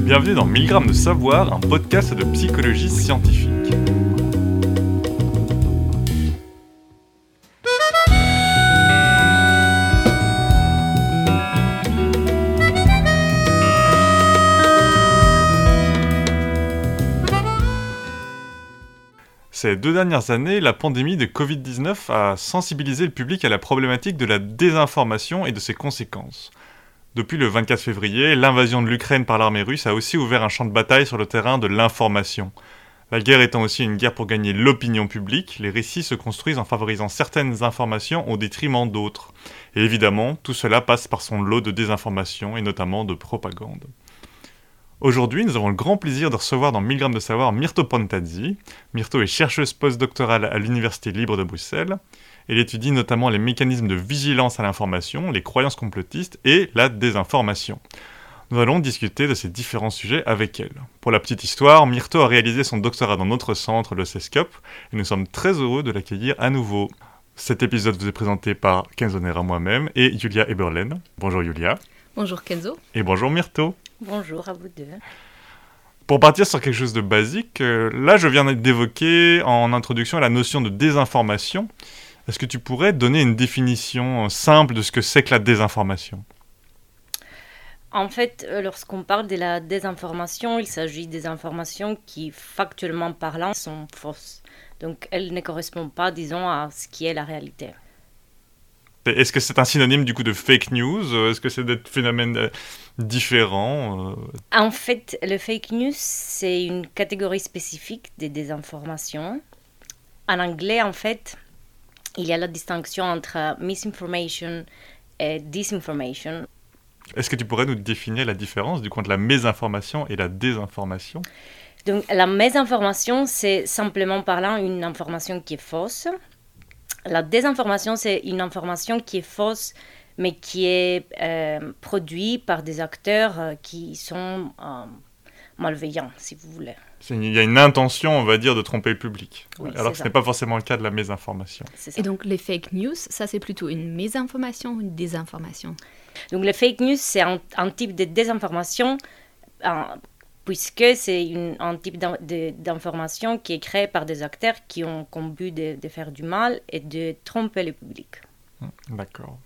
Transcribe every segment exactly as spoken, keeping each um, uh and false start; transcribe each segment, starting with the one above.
Bienvenue dans mille grammes de savoir, un podcast de psychologie scientifique. Ces deux dernières années, la pandémie de covid dix-neuf a sensibilisé le public à la problématique de la désinformation et de ses conséquences. Depuis le vingt-quatre février, l'invasion de l'Ukraine par l'armée russe a aussi ouvert un champ de bataille sur le terrain de l'information. La guerre étant aussi une guerre pour gagner l'opinion publique, les récits se construisent en favorisant certaines informations au détriment d'autres. Et évidemment, tout cela passe par son lot de désinformation et notamment de propagande. Aujourd'hui, nous avons le grand plaisir de recevoir dans mille grammes de savoir Myrto Pantazzi. Myrto est chercheuse postdoctorale à l'Université libre de Bruxelles. Elle étudie notamment les mécanismes de vigilance à l'information, les croyances complotistes et la désinformation. Nous allons discuter de ces différents sujets avec elle. Pour la petite histoire, Myrto a réalisé son doctorat dans notre centre, le CESCOP, et nous sommes très heureux de l'accueillir à nouveau. Cet épisode vous est présenté par Kenzo Nera moi-même et Julia Eberlen. Bonjour Julia. Bonjour Kenzo. Et bonjour Myrto. Bonjour à vous deux. Pour partir sur quelque chose de basique, euh, là je viens d'évoquer en introduction la notion de désinformation. Est-ce que tu pourrais donner une définition simple de ce que c'est que la désinformation ? En fait, lorsqu'on parle de la désinformation, il s'agit des informations qui, factuellement parlant, sont fausses. Donc elles ne correspondent pas, disons, à ce qui est la réalité. Est-ce que c'est un synonyme du coup de fake news ? Est-ce que c'est des phénomènes différents ? En fait, le fake news, c'est une catégorie spécifique des désinformations. En anglais, en fait, il y a la distinction entre misinformation et disinformation. Est-ce que tu pourrais nous définir la différence du coup entre la mésinformation et la désinformation ? Donc, la mésinformation, c'est simplement parlant une information qui est fausse. La désinformation, c'est une information qui est fausse, mais qui est euh, produite par des acteurs euh, qui sont euh, malveillants, si vous voulez. Il y a une intention, on va dire, de tromper le public, oui, alors que ce n'est pas forcément le cas de la mésinformation. Et donc les fake news, ça c'est plutôt une mésinformation ou une désinformation ? Donc les fake news, c'est un, un type de désinformation, un, puisque c'est une, un type de, d'information qui est créé par des acteurs qui ont comme but de, de faire du mal et de tromper le public. D'accord.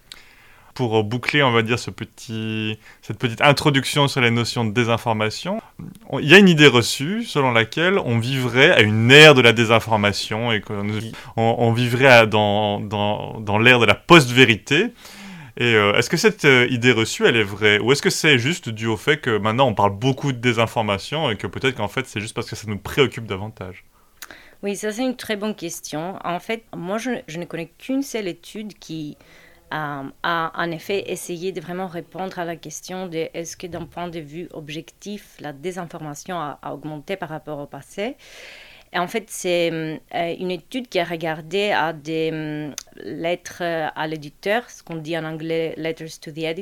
Pour boucler, on va dire, ce petit, cette petite introduction sur les notions de désinformation, il y a une idée reçue selon laquelle on vivrait à une ère de la désinformation et qu'on on, on vivrait à, dans, dans, dans l'ère de la post-vérité. Et euh, est-ce que cette euh, idée reçue, elle est vraie ? Ou est-ce que c'est juste dû au fait que maintenant on parle beaucoup de désinformation et que peut-être qu'en fait c'est juste parce que ça nous préoccupe davantage ? Oui, ça c'est une très bonne question. En fait, moi je, je ne connais qu'une seule étude qui euh, a en effet essayé de vraiment répondre à la question de est-ce que d'un point de vue objectif, la désinformation a, a augmenté par rapport au passé ? Et en fait, c'est euh, une étude qui a regardé à des euh, lettres à l'éditeur, ce qu'on dit en anglais « letters to the editor ».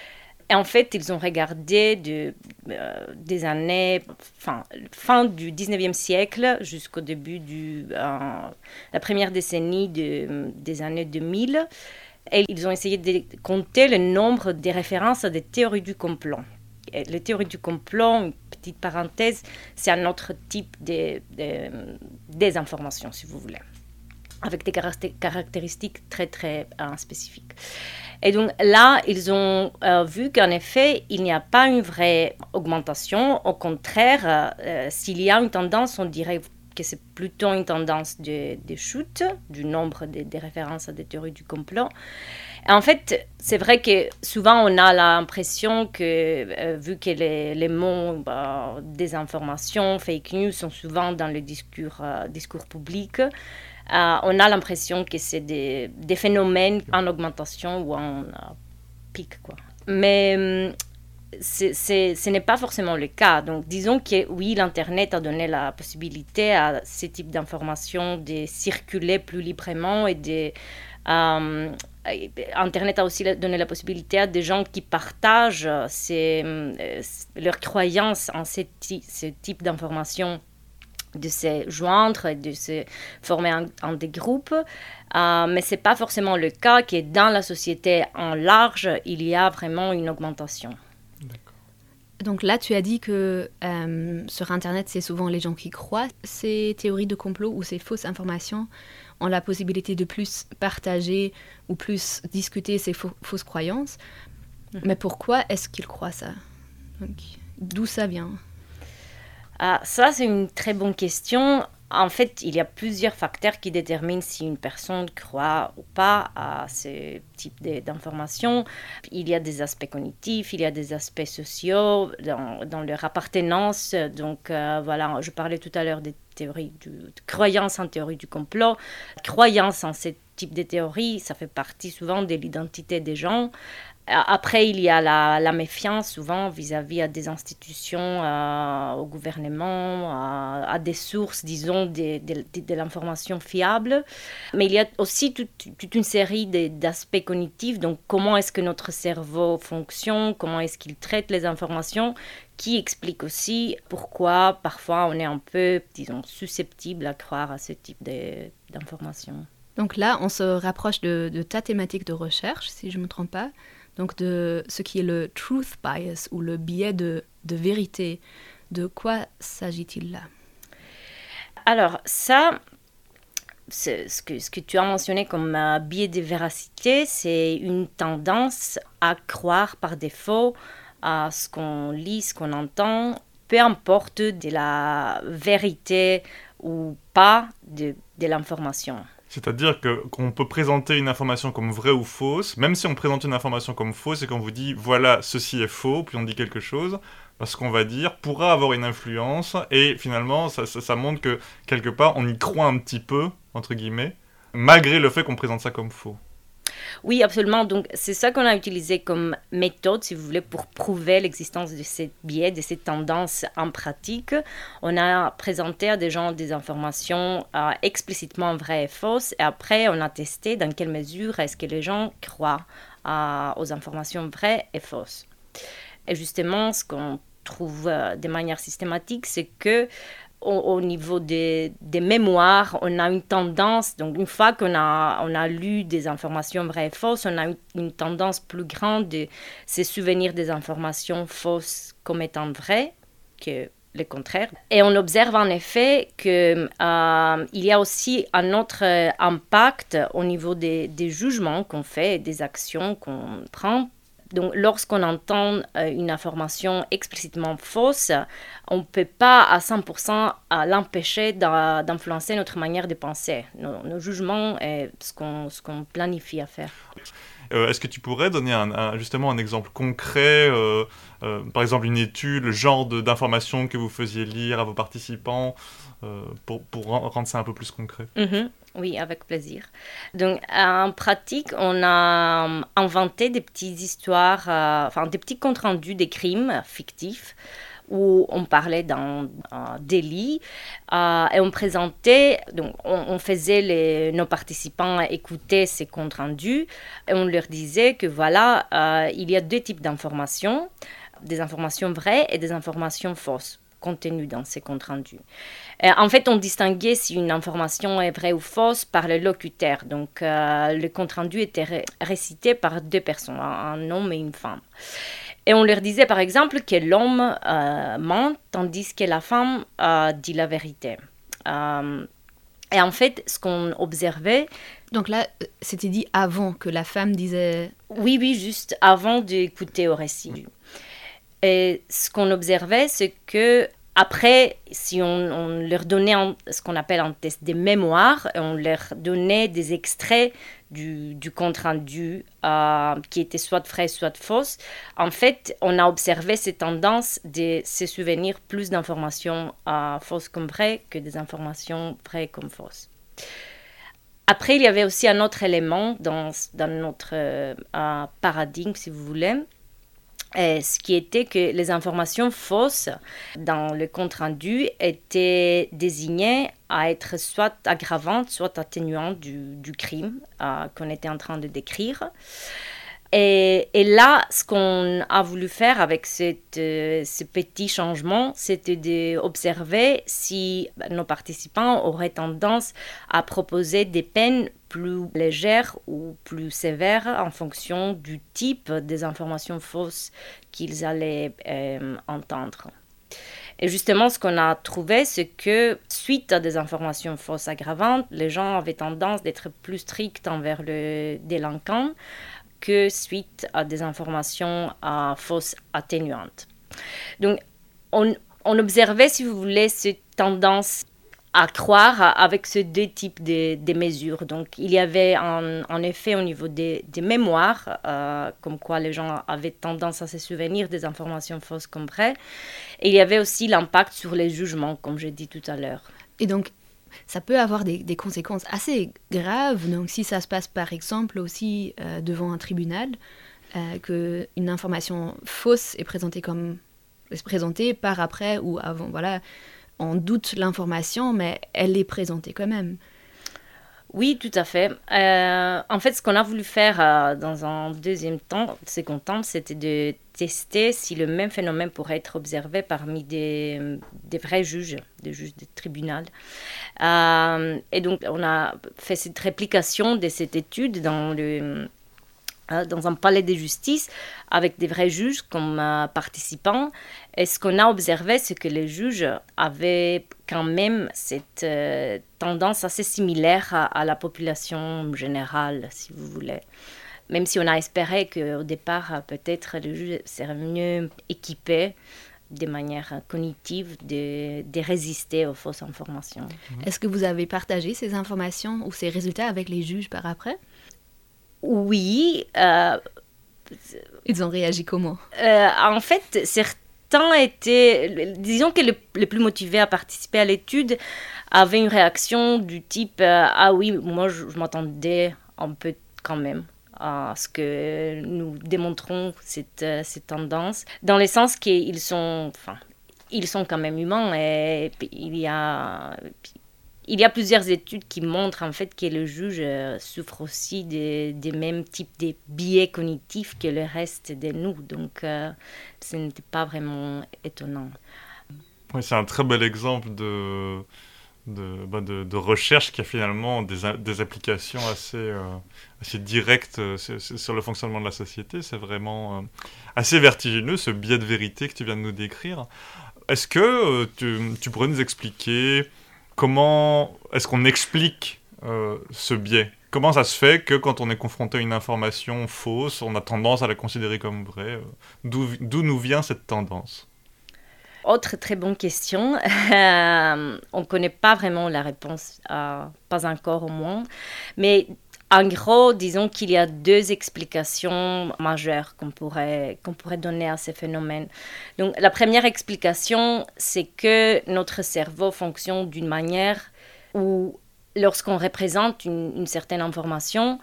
Et en fait, ils ont regardé de, euh, des années, fin, fin du dix-neuvième siècle jusqu'au début de euh, la première décennie de, des années deux mille. Et ils ont essayé de compter le nombre de références à des théories du complot. Et les théories du complot, petite parenthèse, c'est un autre type de, de désinformation, si vous voulez, avec des caractéristiques très, très euh, spécifiques. Et donc là, ils ont euh, vu qu'en effet, il n'y a pas une vraie augmentation. Au contraire, euh, s'il y a une tendance, on dirait que c'est plutôt une tendance de, de chute du nombre de, de références à des théories du complot. Et en fait, c'est vrai que souvent on a l'impression que, euh, vu que les, les mots bah, désinformation, fake news sont souvent dans le discours, euh, discours public, euh, on a l'impression que c'est des, des phénomènes en augmentation ou en euh, pic, quoi. Mais c'est, c'est, ce n'est pas forcément le cas. Donc, disons que oui, l'Internet a donné la possibilité à ce type d'informations de circuler plus librement et de... Euh, Internet a aussi donné la possibilité à des gens qui partagent ces, euh, leurs croyances en ce, ce type d'informations de se joindre et de se former en, en des groupes. Euh, mais ce n'est pas forcément le cas que dans la société en large, il y a vraiment une augmentation. D'accord. Donc là, tu as dit que euh, sur Internet, c'est souvent les gens qui croient ces théories de complot ou ces fausses informations ont la possibilité de plus partager ou plus discuter ces faux, fausses croyances. Mmh. Mais pourquoi est-ce qu'ils croient ça? Donc, d'où ça vient? Ah, ça, c'est une très bonne question. En fait, il y a plusieurs facteurs qui déterminent si une personne croit ou pas à ce type de, d'informations. Il y a des aspects cognitifs, il y a des aspects sociaux dans, dans leur appartenance. Donc, euh, voilà, je parlais tout à l'heure des théories, du, de croyances en théorie du complot. Croyance en ce type de théorie, ça fait partie souvent de l'identité des gens. Après, il y a la, la méfiance, souvent, vis-à-vis à des institutions, euh, au gouvernement, à, à des sources, disons, de, de, de, de l'information fiable. Mais il y a aussi toute, toute une série de, d'aspects cognitifs. Donc, comment est-ce que notre cerveau fonctionne, comment est-ce qu'il traite les informations, qui explique aussi pourquoi, parfois, on est un peu, disons, susceptible à croire à ce type de, d'informations. Donc là, on se rapproche de, de ta thématique de recherche, si je ne me trompe pas. Donc de ce qui est le truth bias ou le biais de, de vérité. De quoi s'agit-il là? Alors ça, c'est ce, que, ce que tu as mentionné comme uh, biais de véracité, c'est une tendance à croire par défaut à ce qu'on lit, ce qu'on entend, peu importe de la vérité ou pas de, de l'information. C'est-à-dire que, qu'on peut présenter une information comme vraie ou fausse, même si on présente une information comme fausse et qu'on vous dit « voilà, ceci est faux », puis on dit quelque chose, parce qu'on va dire pourra avoir une influence, et finalement, ça, ça, ça montre que, quelque part, on y croit un petit peu, entre guillemets, malgré le fait qu'on présente ça comme faux. Oui, absolument. Donc, c'est ça qu'on a utilisé comme méthode, si vous voulez, pour prouver l'existence de ces biais, de ces tendances en pratique. On a présenté à des gens des informations euh, explicitement vraies et fausses. Et après, on a testé dans quelle mesure est-ce que les gens croient euh, aux informations vraies et fausses. Et justement, ce qu'on trouve euh, de manière systématique, c'est que au niveau des, des mémoires, on a une tendance, donc une fois qu'on a, on a lu des informations vraies et fausses, on a une, une tendance plus grande de se souvenir des informations fausses comme étant vraies que le contraire. Et on observe en effet qu'il euh, y a aussi un autre impact au niveau des, des jugements qu'on fait et des actions qu'on prend. Donc, lorsqu'on entend euh, une information explicitement fausse, on ne peut pas à cent pour cent l'empêcher d'influencer notre manière de penser. Nos, nos jugements et ce qu'on, ce qu'on planifie à faire. Euh, est-ce que tu pourrais donner un, un, justement un exemple concret, euh, euh, par exemple une étude, le genre de, d'informations que vous faisiez lire à vos participants, euh, pour, pour rendre ça un peu plus concret? Mm-hmm. Oui, avec plaisir. Donc, en pratique, on a inventé des petites histoires, euh, enfin des petits comptes rendus des crimes fictifs où on parlait d'un euh, délit euh, et on présentait, donc on, on faisait les, nos participants écouter ces comptes rendus et on leur disait que voilà, euh, il y a deux types d'informations, des informations vraies et des informations fausses contenues dans ces comptes rendus. Et en fait, on distinguait si une information est vraie ou fausse par le locuteur. Donc, euh, le compte rendu était ré- récité par deux personnes, un homme et une femme. Et on leur disait, par exemple, que l'homme euh, ment, tandis que la femme euh, dit la vérité. Euh, et en fait, ce qu'on observait... Donc là, c'était dit avant que la femme disait... Oui, oui, juste avant d'écouter au récit. Et ce qu'on observait, c'est que après, si on, on leur donnait un, ce qu'on appelle un test de mémoire, et on leur donnait des extraits du, du compte rendu euh, qui étaient soit vrais, soit fausses, en fait, on a observé cette tendance de se souvenir plus d'informations euh, fausses comme vraies que des informations vraies comme fausses. Après, il y avait aussi un autre élément dans, dans notre euh, paradigme, si vous voulez, Et ce qui était que les informations fausses dans le compte rendu étaient désignées à être soit aggravantes, soit atténuantes du, du crime euh, qu'on était en train de décrire. Et, et là, ce qu'on a voulu faire avec cette, euh, ce petit changement, c'était d'observer si nos participants auraient tendance à proposer des peines plus légères ou plus sévères en fonction du type des informations fausses qu'ils allaient euh, entendre. Et justement, ce qu'on a trouvé, c'est que suite à des informations fausses aggravantes, les gens avaient tendance d'être plus stricts envers le délinquant que suite à des informations euh, fausses atténuantes. Donc, on, on observait, si vous voulez, cette tendance à croire avec ces deux types de, de mesures. Donc, il y avait en, en effet au niveau des, des mémoires, euh, comme quoi les gens avaient tendance à se souvenir des informations fausses comme vraies. Et il y avait aussi l'impact sur les jugements, comme j'ai dit tout à l'heure. Et donc, ça peut avoir des, des conséquences assez graves. Donc, si ça se passe, par exemple, aussi euh, devant un tribunal, euh, qu'une information fausse est présentée comme est présentée par après ou avant, voilà, on doute l'information, mais elle est présentée quand même. Oui, tout à fait. Euh, en fait, ce qu'on a voulu faire euh, dans un deuxième temps, second temps, c'était de tester si le même phénomène pourrait être observé parmi des, des vrais juges, des juges de tribunal. Euh, et donc, on a fait cette réplication de cette étude dans le... dans un palais de justice avec des vrais juges comme euh, participants. Et ce qu'on a observé, c'est que les juges avaient quand même cette euh, tendance assez similaire à, à la population générale, si vous voulez. Même si on a espéré qu'au départ, peut-être les juges seraient mieux équipés de manière cognitive de, de résister aux fausses informations. Est-ce que vous avez partagé ces informations ou ces résultats avec les juges par après ? Oui. Euh, Ils ont réagi comment ? euh, En fait, certains étaient, disons que les, les plus motivés à participer à l'étude avaient une réaction du type euh, « Ah oui, moi je, je m'attendais un peu quand même à ce que nous démontrons cette, cette tendance », dans le sens qu'ils sont, enfin, ils sont quand même humains et il y a... Il y a plusieurs études qui montrent en fait que le juge euh, souffre aussi des, des mêmes types de biais cognitifs que le reste de nous. Donc, euh, ce n'était pas vraiment étonnant. Oui, c'est un très bel exemple de, de, bah de, de recherche qui a finalement des, des applications assez, euh, assez directes euh, sur, sur le fonctionnement de la société. C'est vraiment euh, assez vertigineux, ce biais de vérité que tu viens de nous décrire. Est-ce que euh, tu, tu pourrais nous expliquer... Comment est-ce qu'on explique euh, ce biais ? Comment ça se fait que quand on est confronté à une information fausse, on a tendance à la considérer comme vraie ? D'où, d'où nous vient cette tendance ? Autre très bonne question. Euh, on ne connaît pas vraiment la réponse, euh, pas encore au moins. Mais en gros, disons qu'il y a deux explications majeures qu'on pourrait, qu'on pourrait donner à ces phénomènes. Donc, la première explication, c'est que notre cerveau fonctionne d'une manière où, lorsqu'on représente une, une certaine information,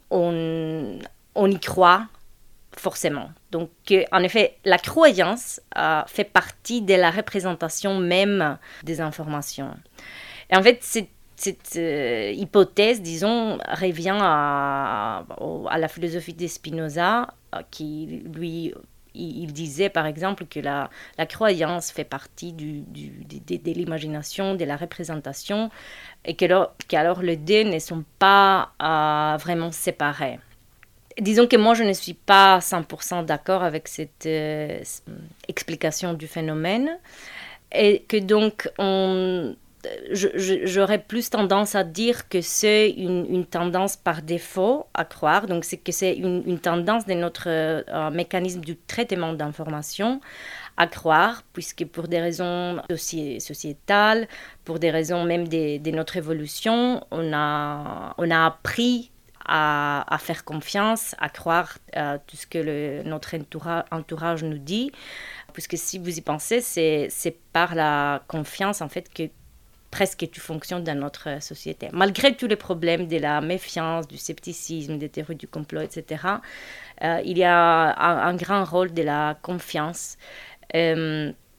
on, on y croit forcément. Donc, en effet, la croyance euh, fait partie de la représentation même des informations. Et en fait, c'est Cette euh, hypothèse, disons, revient à, à la philosophie de Spinoza, qui, lui, il, il disait, par exemple, que la, la croyance fait partie du, du, de, de l'imagination, de la représentation, et que alors, qu'alors les deux ne sont pas euh, vraiment séparés. Disons que moi, je ne suis pas cent pour cent d'accord avec cette euh, explication du phénomène, et que donc, on... Je, je, j'aurais plus tendance à dire que c'est une, une tendance par défaut à croire, donc c'est que c'est une, une tendance de notre euh, mécanisme du traitement d'informations à croire, puisque pour des raisons soci- sociétales, pour des raisons même de, de notre évolution, on a, on a appris à, à faire confiance, à croire euh, tout ce que le, notre entourage, entourage nous dit, puisque si vous y pensez, c'est, c'est par la confiance en fait que presque tout fonctionne dans notre société. Malgré tous les problèmes de la méfiance, du scepticisme, des théories du complot, et cetera, euh, il y a un, un grand rôle de la confiance. Euh,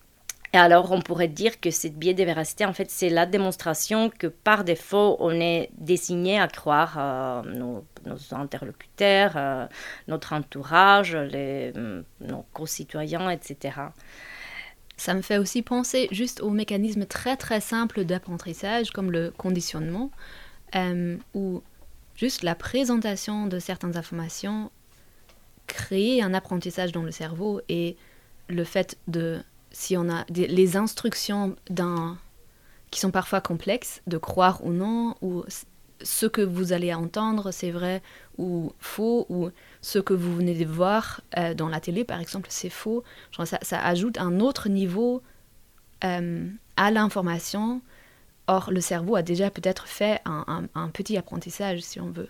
Et alors, on pourrait dire que cette biais de véracité, en fait, c'est la démonstration que par défaut, on est désigné à croire euh, nos, nos interlocuteurs, euh, notre entourage, les, nos concitoyens, et cetera. Ça me fait aussi penser juste aux mécanismes très très simples d'apprentissage, comme le conditionnement, euh, où juste la présentation de certaines informations crée un apprentissage dans le cerveau, et le fait de... si on a des, les instructions d'un, qui sont parfois complexes, de croire ou non, ou ce que vous allez entendre, c'est vrai ou faux, ou ce que vous venez de voir euh, dans la télé, par exemple, c'est faux. Genre, ça, ça ajoute un autre niveau euh, à l'information. Or, le cerveau a déjà peut-être fait un, un, un petit apprentissage, si on veut.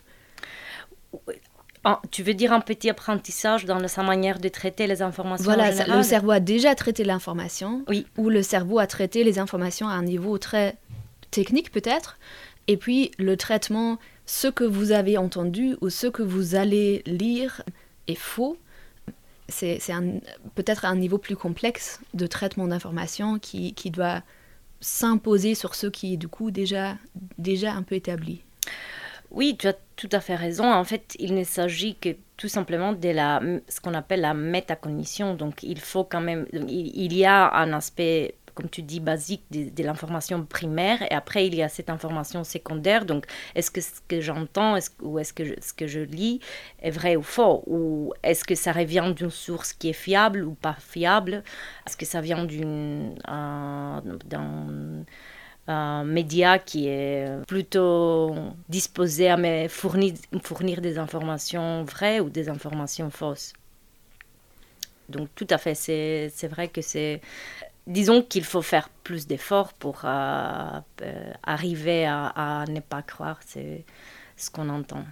Tu veux dire un petit apprentissage dans sa manière de traiter les informations voilà, en général? Voilà, le cerveau a déjà traité l'information, oui. Ou le cerveau a traité les informations à un niveau très technique peut-être, et puis le traitement, ce que vous avez entendu ou ce que vous allez lire est faux. C'est, c'est un, peut-être un niveau plus complexe de traitement d'informations qui, qui doit s'imposer sur ce qui est du coup déjà, déjà un peu établi. Oui, tu as tout à fait raison. En fait, il ne s'agit que tout simplement de la, ce qu'on appelle la métacognition. Donc, il faut quand même... Il, il y a un aspect, comme tu dis, basique de, de l'information primaire. Et après, il y a cette information secondaire. Donc, est-ce que ce que j'entends est-ce, ou est-ce que je, ce que je lis est vrai ou faux? Ou est-ce que ça revient d'une source qui est fiable ou pas fiable? Est-ce que ça vient d'une... Euh, d'un, un média qui est plutôt disposé à me fournir, fournir des informations vraies ou des informations fausses. Donc tout à fait, c'est, c'est vrai que c'est... Disons qu'il faut faire plus d'efforts pour euh, euh, arriver à, à ne pas croire c'est ce qu'on entend.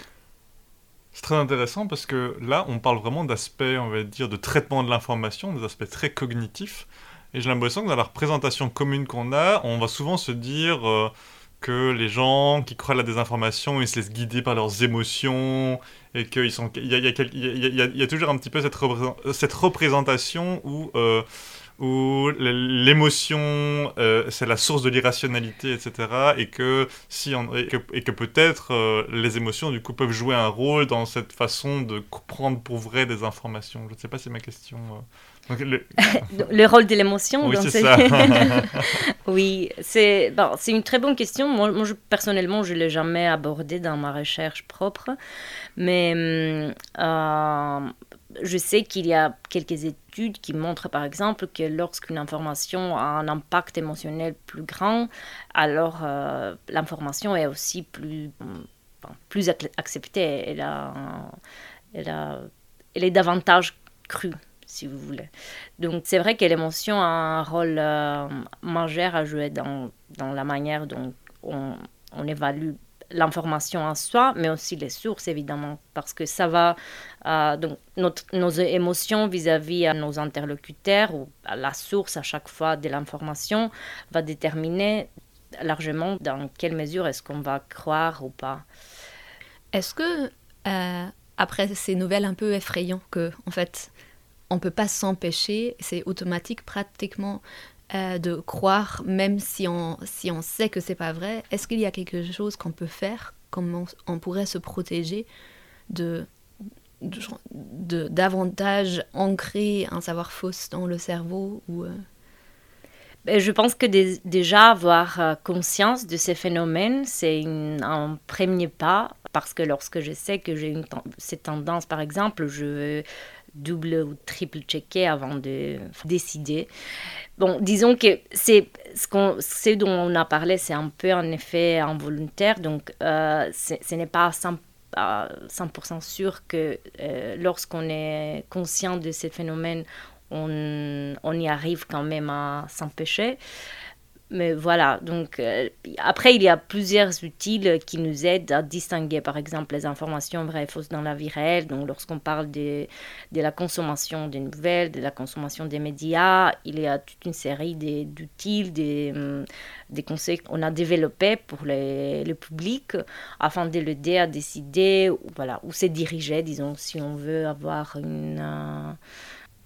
C'est très intéressant parce que là, on parle vraiment d'aspects, on va dire, de traitement de l'information, des aspects très cognitifs. Et j'ai l'impression que dans la représentation commune qu'on a, on va souvent se dire euh, que les gens qui croient à la désinformation, ils se laissent guider par leurs émotions, et qu'il y a, il y, a, il y, a, il y a toujours un petit peu cette, repré- cette représentation où, euh, où l'émotion, euh, c'est la source de l'irrationalité, et cetera. Et que, si on, et que, et que peut-être euh, les émotions, du coup, peuvent jouer un rôle dans cette façon de prendre pour vrai des informations. Je ne sais pas si ma question... Euh... Donc, le... le rôle de l'émotion. Oui, donc c'est, c'est ça. Oui, c'est, bon, c'est une très bonne question. Moi, moi je, personnellement, je ne l'ai jamais abordée dans ma recherche propre. Mais euh, je sais qu'il y a quelques études qui montrent, par exemple, que lorsqu'une information a un impact émotionnel plus grand, alors euh, l'information est aussi plus, bon, plus acceptée. Elle, a, elle, a, elle est davantage crue, si vous voulez. Donc, c'est vrai que l'émotion a un rôle euh, majeur à jouer dans, dans la manière dont on, on évalue l'information en soi, mais aussi les sources, évidemment, parce que ça va... Euh, donc, notre, nos émotions vis-à-vis à nos interlocuteurs, ou à la source à chaque fois de l'information, va déterminer largement dans quelle mesure est-ce qu'on va croire ou pas. Est-ce que, euh, après ces nouvelles un peu effrayantes que, en fait... on ne peut pas s'empêcher, c'est automatique pratiquement euh, de croire, même si on, si on sait que ce n'est pas vrai. Est-ce qu'il y a quelque chose qu'on peut faire, comment on, on pourrait se protéger de, de, de davantage ancrer un savoir fausse dans le cerveau ou, euh... Je pense que d- déjà avoir conscience de ces phénomènes, c'est une, un premier pas, parce que lorsque je sais que j'ai une ten- cette tendance, par exemple, je veux double ou triple checker avant de décider. Bon, disons que c'est ce, qu'on, ce dont on a parlé, c'est un peu un effet involontaire, donc euh, ce n'est pas cent pour cent sûr que euh, lorsqu'on est conscient de ces phénomènes, on, on y arrive quand même à s'empêcher. Mais voilà, donc euh, après, il y a plusieurs outils qui nous aident à distinguer, par exemple, les informations vraies et fausses dans la vie réelle. Donc, lorsqu'on parle de, de la consommation des nouvelles, de la consommation des médias, il y a toute une série de, d'outils, des, des conseils qu'on a développés pour les, le public afin de l'aider à décider, voilà, où se diriger, disons, si on veut avoir une... Euh,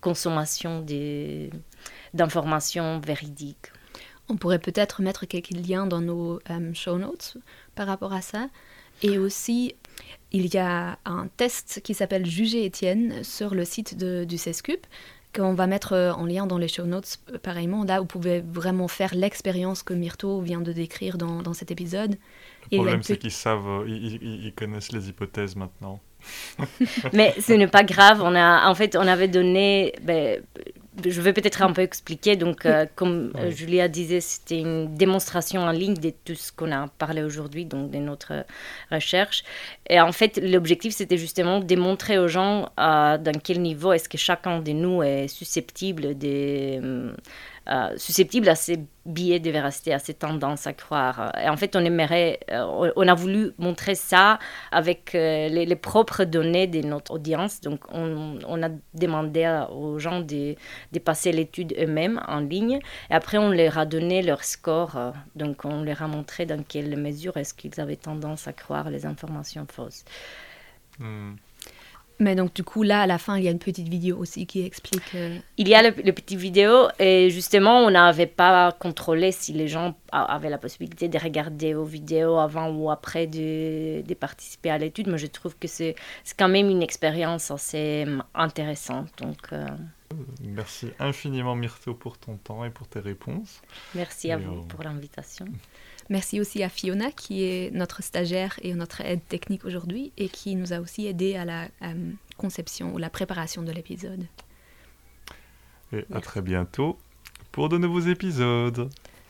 consommation des, d'informations véridiques. On pourrait peut-être mettre quelques liens dans nos um, show notes par rapport à ça. Et aussi, il y a un test qui s'appelle Juger Étienne sur le site de, du CESCUP, qu'on va mettre en lien dans les show notes pareillement. Là, vous pouvez vraiment faire l'expérience que Myrto vient de décrire dans, dans cet épisode. Le problème, Et c'est qu'ils savent, ils, ils, ils connaissent les hypothèses maintenant. Mais ce n'est pas grave. On a, en fait, on avait donné... Ben, je vais peut-être un peu expliquer. Donc, euh, comme euh, Julia disait, c'était une démonstration en ligne de tout ce qu'on a parlé aujourd'hui, donc de notre recherche. Et en fait, l'objectif, c'était justement de démontrer aux gens euh, dans quel niveau est-ce que chacun de nous est susceptible de... Euh, susceptible à ces biais de véracité, à ces tendances à croire. Et en fait, on aimerait, euh, on a voulu montrer ça avec euh, les, les propres données de notre audience. Donc, on, on a demandé aux gens de, de passer l'étude eux-mêmes en ligne. Et après, on leur a donné leur score. Euh, donc, on leur a montré dans quelle mesure est-ce qu'ils avaient tendance à croire les informations fausses. Mm. Mais donc, du coup, là, à la fin, il y a une petite vidéo aussi qui explique... Euh... Il y a le, le petit vidéo et justement, on n'avait pas contrôlé si les gens avaient la possibilité de regarder aux vidéos avant ou après de, de participer à l'étude. Mais je trouve que c'est, c'est quand même une expérience assez intéressante. Donc, euh... Merci infiniment, Myrto, pour ton temps et pour tes réponses. Merci et à vous on... pour l'invitation. Merci aussi à Fiona, qui est notre stagiaire et notre aide technique aujourd'hui et qui nous a aussi aidé à la euh, conception ou la préparation de l'épisode. Et Merci. À très bientôt pour de nouveaux épisodes.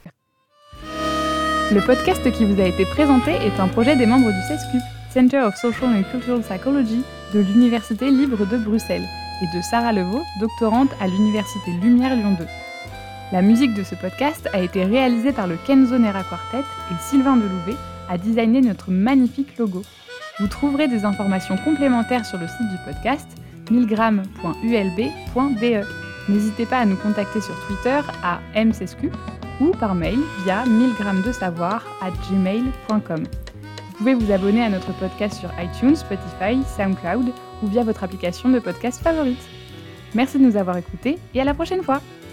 Le podcast qui vous a été présenté est un projet des membres du CESCUP, Center of Social and Cultural Psychology, de l'Université libre de Bruxelles, et de Sarah Levaux, doctorante à l'Université Lumière Lyon deux. La musique de ce podcast a été réalisée par le Kenzo Nera Quartet et Sylvain Delouvet a designé notre magnifique logo. Vous trouverez des informations complémentaires sur le site du podcast milgram point u l b point b e. N'hésitez pas à nous contacter sur Twitter à m cescup ou par mail via milgramdesavoir arobase gmail point com. Vous pouvez vous abonner à notre podcast sur iTunes, Spotify, SoundCloud ou via votre application de podcast favorite. Merci de nous avoir écoutés et à la prochaine fois!